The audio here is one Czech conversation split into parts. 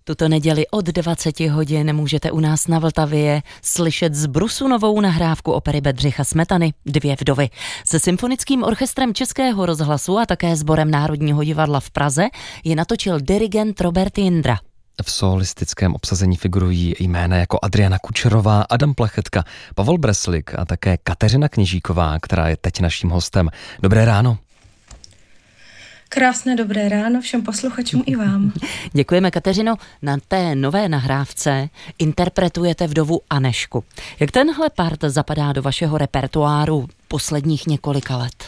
Tuto neděli od 20 hodin můžete u nás na Vltavě slyšet zbrusunovou nahrávku opery Bedřicha Smetany Dvě vdovy. Se symfonickým orchestrem Českého rozhlasu a také sborem Národního divadla v Praze je natočil dirigent Robert Jindra. V solistickém obsazení figurují jména jako Adriana Kučerová, Adam Plachetka, Pavel Breslik a také Kateřina Kněžíková, která je teď naším hostem. Dobré ráno. Krásné dobré ráno všem posluchačům i vám. Děkujeme, Kateřino. Na té nové nahrávce interpretujete vdovu Anežku. Jak tenhle part zapadá do vašeho repertoáru posledních několika let?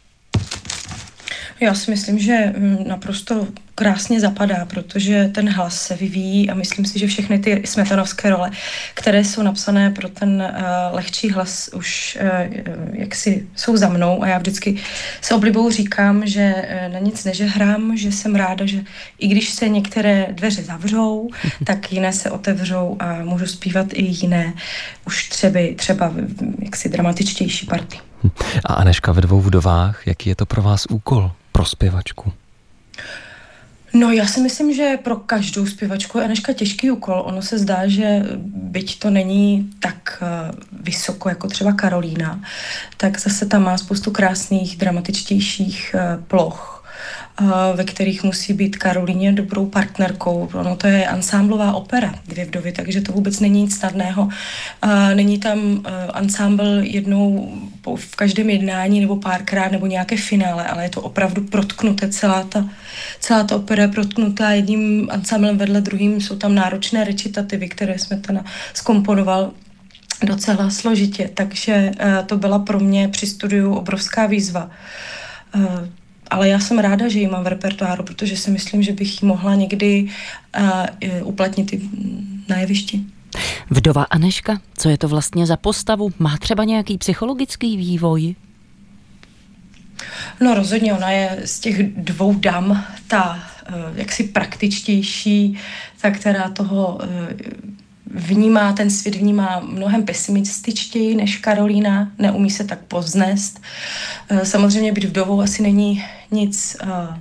Já si myslím, že naprosto krásně zapadá, protože ten hlas se vyvíjí a myslím si, že všechny ty smetanovské role, které jsou napsané pro ten lehčí hlas, už jaksi jsou za mnou a já vždycky s oblibou říkám, že na nic nežehrám, že jsem ráda, že i když se některé dveře zavřou, tak jiné se otevřou a můžu zpívat i jiné, už třeba jaksi dramatičtější party. A Anežka ve Dvou vdovách, jaký je to pro vás úkol, pro zpěvačku? No, já si myslím, že pro každou zpěvačku je Anežka těžký úkol. Ono se zdá, že byť to není tak vysoko jako třeba Karolína, tak zase tam má spoustu krásných, dramatičtějších ploch, ve kterých musí být Karolíně dobrou partnerkou. Ono to je ansámblová opera Dvě vdovy, takže to vůbec není nic snadného. Není tam ansámbl jednou v každém jednání nebo párkrát nebo nějaké finále, ale je to opravdu protknuté. Celá ta opera je protknutá jedním ansámblem vedle druhým. Jsou tam náročné recitativy, které jsme tam zkomponoval docela složitě, takže to byla pro mě při studiu obrovská výzva. Ale já jsem ráda, že ji mám v repertoáru, protože si myslím, že bych ji mohla někdy uplatnit i na jevišti. Vdova Anežka, co je to vlastně za postavu? Má třeba nějaký psychologický vývoj? No rozhodně, ona je z těch dvou dam ta jaksi praktičtější, ta, která toho vnímá, ten svět vnímá mnohem pesimističtěji než Karolína, neumí se tak povznést. Samozřejmě být vdovou asi není nic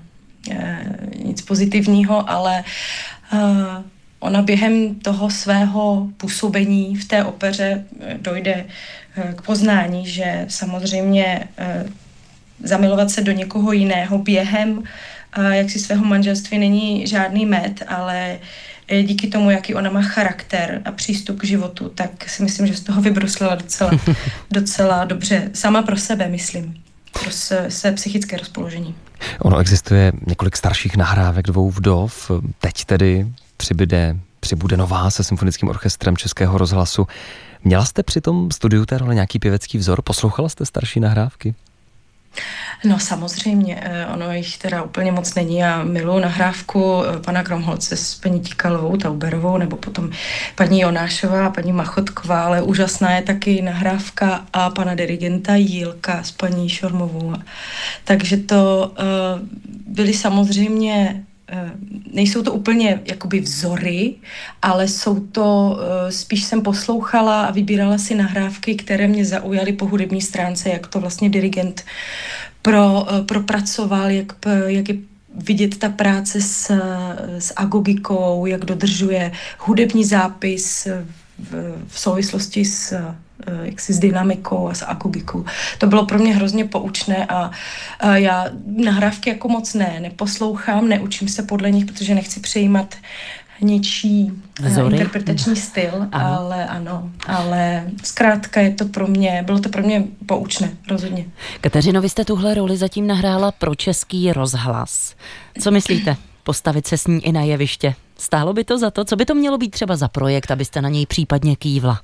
pozitivního, ale ona během toho svého působení v té opeře dojde k poznání, že samozřejmě zamilovat se do někoho jiného během jaksi svého manželství není žádný med, ale díky tomu, jaký ona má charakter a přístup k životu, tak si myslím, že z toho vybruslila docela dobře. Sama pro sebe, myslím. Pro své psychické rozpoložení. Ono existuje několik starších nahrávek Dvou vdov. Teď tedy přibude nová se symfonickým orchestrem Českého rozhlasu. Měla jste při tom studiu té role nějaký pěvecký vzor? Poslouchala jste starší nahrávky? No samozřejmě, ono jich teda úplně moc není. Já miluji nahrávku pana Kromholce s paní Tíkalovou, Tauberovou, nebo potom paní Jonášová a paní Machotková, ale úžasná je taky nahrávka a pana dirigenta Jílka s paní Šormovou. Takže to byly samozřejmě, nejsou to úplně jakoby vzory, ale jsou to, spíš jsem poslouchala a vybírala si nahrávky, které mě zaujaly po hudební stránce, jak to vlastně dirigent propracoval, jak je vidět ta práce s agogikou, jak dodržuje hudební zápis v souvislosti s dynamikou a s agogikou. To bylo pro mě hrozně poučné a já nahrávky jako moc neposlouchám, neučím se podle nich, protože nechci přejímat něčí interpretační styl, ale zkrátka bylo to pro mě poučné, rozhodně. Kateřino, vy jste tuhle roli zatím nahrála pro Český rozhlas. Co myslíte? Postavit se s ní i na jeviště. Stálo by to za to? Co by to mělo být třeba za projekt, abyste na něj případně kývla?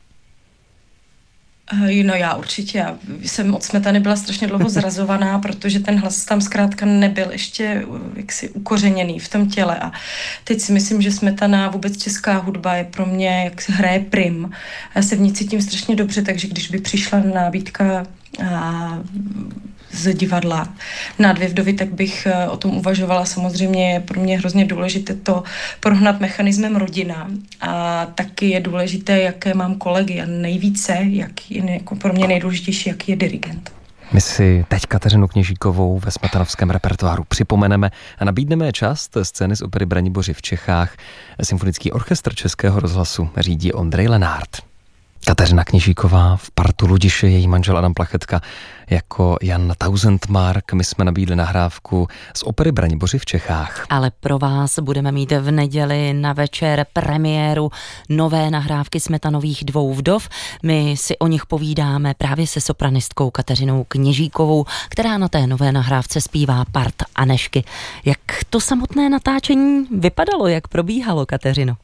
No já určitě. Já jsem od Smetany byla strašně dlouho zrazovaná, protože ten hlas tam zkrátka nebyl ještě jaksi ukořeněný v tom těle. A teď si myslím, že Smetana, vůbec česká hudba je pro mě, jak se hraje prim. A já se v ní cítím strašně dobře, takže když by přišla nabídka z divadla na Dvě vdovy, tak bych o tom uvažovala. Samozřejmě je pro mě hrozně důležité to prohnat mechanismem rodina a taky je důležité, jaké mám kolegy a nejvíce, jako pro mě nejdůležitější, jaký je dirigent. My si teď Kateřinu Kněžíkovou ve smetanovském repertoáru připomeneme a nabídneme část scény z opery Braniboři v Čechách. Symfonický orchestr Českého rozhlasu řídí Ondřej Lenárd. Kateřina Kněžíková v partu Ludiše, její manžel Adam Plachetka jako Jan Tausendmark. My jsme nabídli nahrávku z opery Braniboři v Čechách. Ale pro vás budeme mít v neděli na večer premiéru nové nahrávky Smetanových dvou vdov. My si o nich povídáme právě se sopranistkou Kateřinou Kněžíkovou, která na té nové nahrávce zpívá part Anežky. Jak to samotné natáčení vypadalo, jak probíhalo, Kateřino?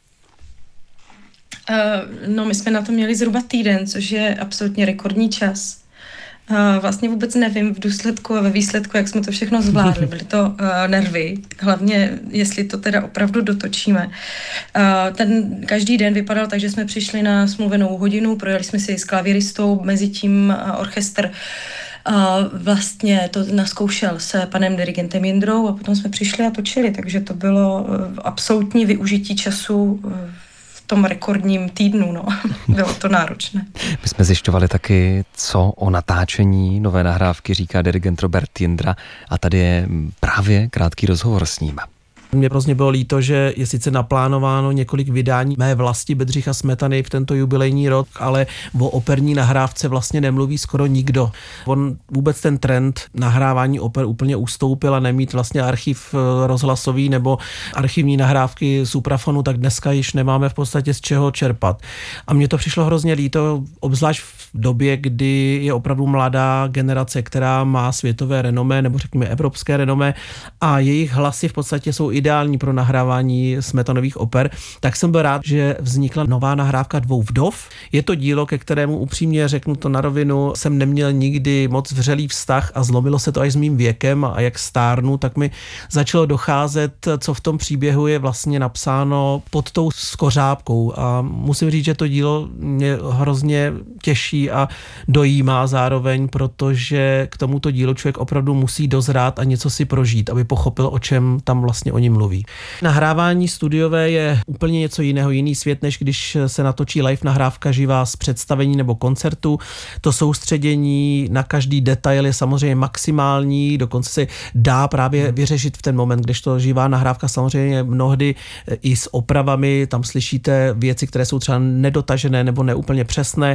No, my jsme na to měli zhruba týden, což je absolutně rekordní čas. Vlastně vůbec nevím v důsledku a ve výsledku, jak jsme to všechno zvládli. Byly to nervy, hlavně jestli to teda opravdu dotočíme. Ten každý den vypadal tak, že jsme přišli na smluvenou hodinu, projeli jsme si s klavíristou, mezi tím orchestr vlastně to naskoušel s panem dirigentem Jindrou a potom jsme přišli a točili, takže to bylo absolutní využití času v tom rekordním týdnu, no. Bylo to náročné. My jsme zjišťovali taky, co o natáčení nové nahrávky říká dirigent Robert Jindra a tady je právě krátký rozhovor s ním. Mně prostě bylo líto, že je sice naplánováno několik vydání mé vlasti Bedřicha Smetany v tento jubilejní rok, ale o operní nahrávce vlastně nemluví skoro nikdo. On vůbec ten trend nahrávání oper úplně ustoupil a nemít vlastně archiv rozhlasový nebo archivní nahrávky suprafonu, tak dneska již nemáme v podstatě z čeho čerpat. A mně to přišlo hrozně líto, obzvlášť v době, kdy je opravdu mladá generace, která má světové renomé nebo řekněme evropské renomé a jejich hlasy v podstatě jsou ideální pro nahrávání Smetanových oper, tak jsem byl rád, že vznikla nová nahrávka Dvou vdov. Je to dílo, ke kterému upřímně řeknu to na rovinu, jsem neměl nikdy moc vřelý vztah a zlomilo se to až s mým věkem a jak stárnu, tak mi začalo docházet, co v tom příběhu je vlastně napsáno pod tou skořápkou a musím říct, že to dílo mě hrozně těší a dojímá zároveň, protože k tomuto dílu člověk opravdu musí dozrát a něco si prožít, aby pochopil, o čem tam vlastně oni mluví. Nahrávání studiové je úplně něco jiného, jiný svět, než když se natočí live nahrávka živá z představení nebo koncertu. To soustředění na každý detail je samozřejmě maximální, dokonce se dá právě vyřešit v ten moment, kdežto živá nahrávka samozřejmě mnohdy i s opravami, tam slyšíte věci, které jsou třeba nedotažené nebo neúplně přesné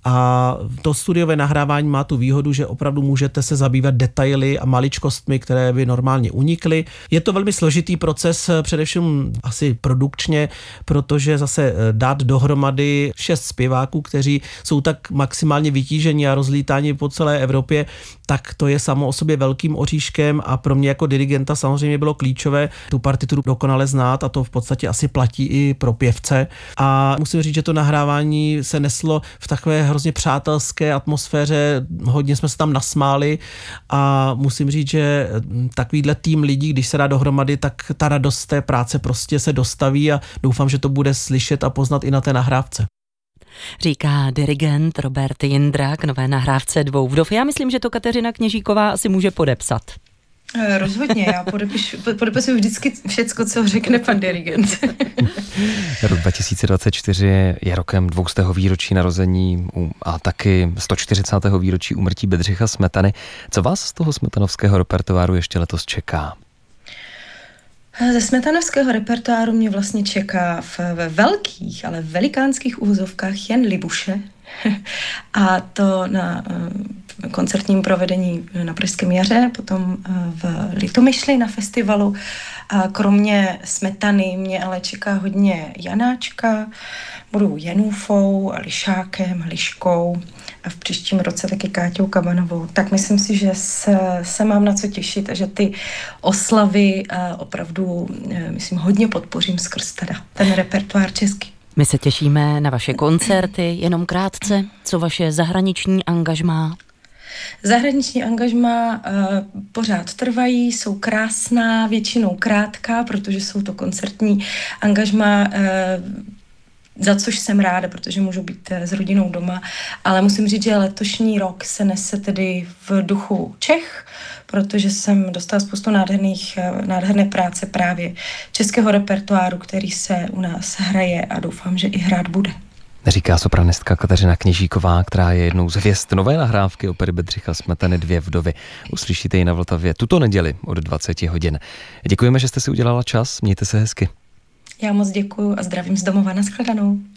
a to studiové nahrávání má tu výhodu, že opravdu můžete se zabývat detaily a maličkostmi, které by normálně unikly. Je to velmi složitý proces, především asi produkčně, protože zase dát dohromady 6 zpěváků, kteří jsou tak maximálně vytíženi a rozlítáni po celé Evropě, tak to je samo o sobě velkým oříškem a pro mě jako dirigenta samozřejmě bylo klíčové tu partituru dokonale znát a to v podstatě asi platí i pro pěvce. A musím říct, že to nahrávání se neslo v takové hrozně přátelské atmosféře, hodně jsme se tam nasmáli a musím říct, že takovýhle tým lidí, když se dá dohromady, tak ta radost té práce prostě se dostaví a doufám, že to bude slyšet a poznat i na té nahrávce. Říká dirigent Robert Jindra k nové nahrávce Dvou vdov. Já myslím, že to Kateřina Kněžíková asi může podepsat. Rozhodně, já podepisuju vždycky všecko, co řekne pan dirigent. Rok 2024 je rokem 200. výročí narození a taky 140. výročí úmrtí Bedřicha Smetany. Co vás z toho smetanovského repertoáru ještě letos čeká? Ze smetanovského repertoáru mě vlastně čeká ve velkých, ale velikánských uvozovkách jen Libuše. A to na koncertním provedení na Pražském jaře, potom v Litomyšli na festivalu. A kromě Smetany mě ale čeká hodně Janáčka, budu Janůfou, Lišákem, Liškou a v příštím roce taky Káťou Kabanovou. Tak myslím si, že se mám na co těšit a že ty oslavy opravdu, myslím, hodně podpořím skrz teda ten repertoár český. My se těšíme na vaše koncerty, jenom krátce, co vaše zahraniční angažmá? Zahraniční angažmá pořád trvají, jsou krásná, většinou krátká, protože jsou to koncertní angažmá, za což jsem ráda, protože můžu být s rodinou doma, ale musím říct, že letošní rok se nese tedy v duchu Čech, protože jsem dostala spoustu nádherné práce právě českého repertoáru, který se u nás hraje a doufám, že i hrát bude. Říká sopranistka Kateřina Kněžíková, která je jednou z hvězd nové nahrávky opery Bedřicha Smetany Dvě vdovy. Uslyšíte ji na Vltavě tuto neděli od 20 hodin. Děkujeme, že jste si udělala čas, mějte se hezky. Já moc děkuju a zdravím z domova, nashledanou.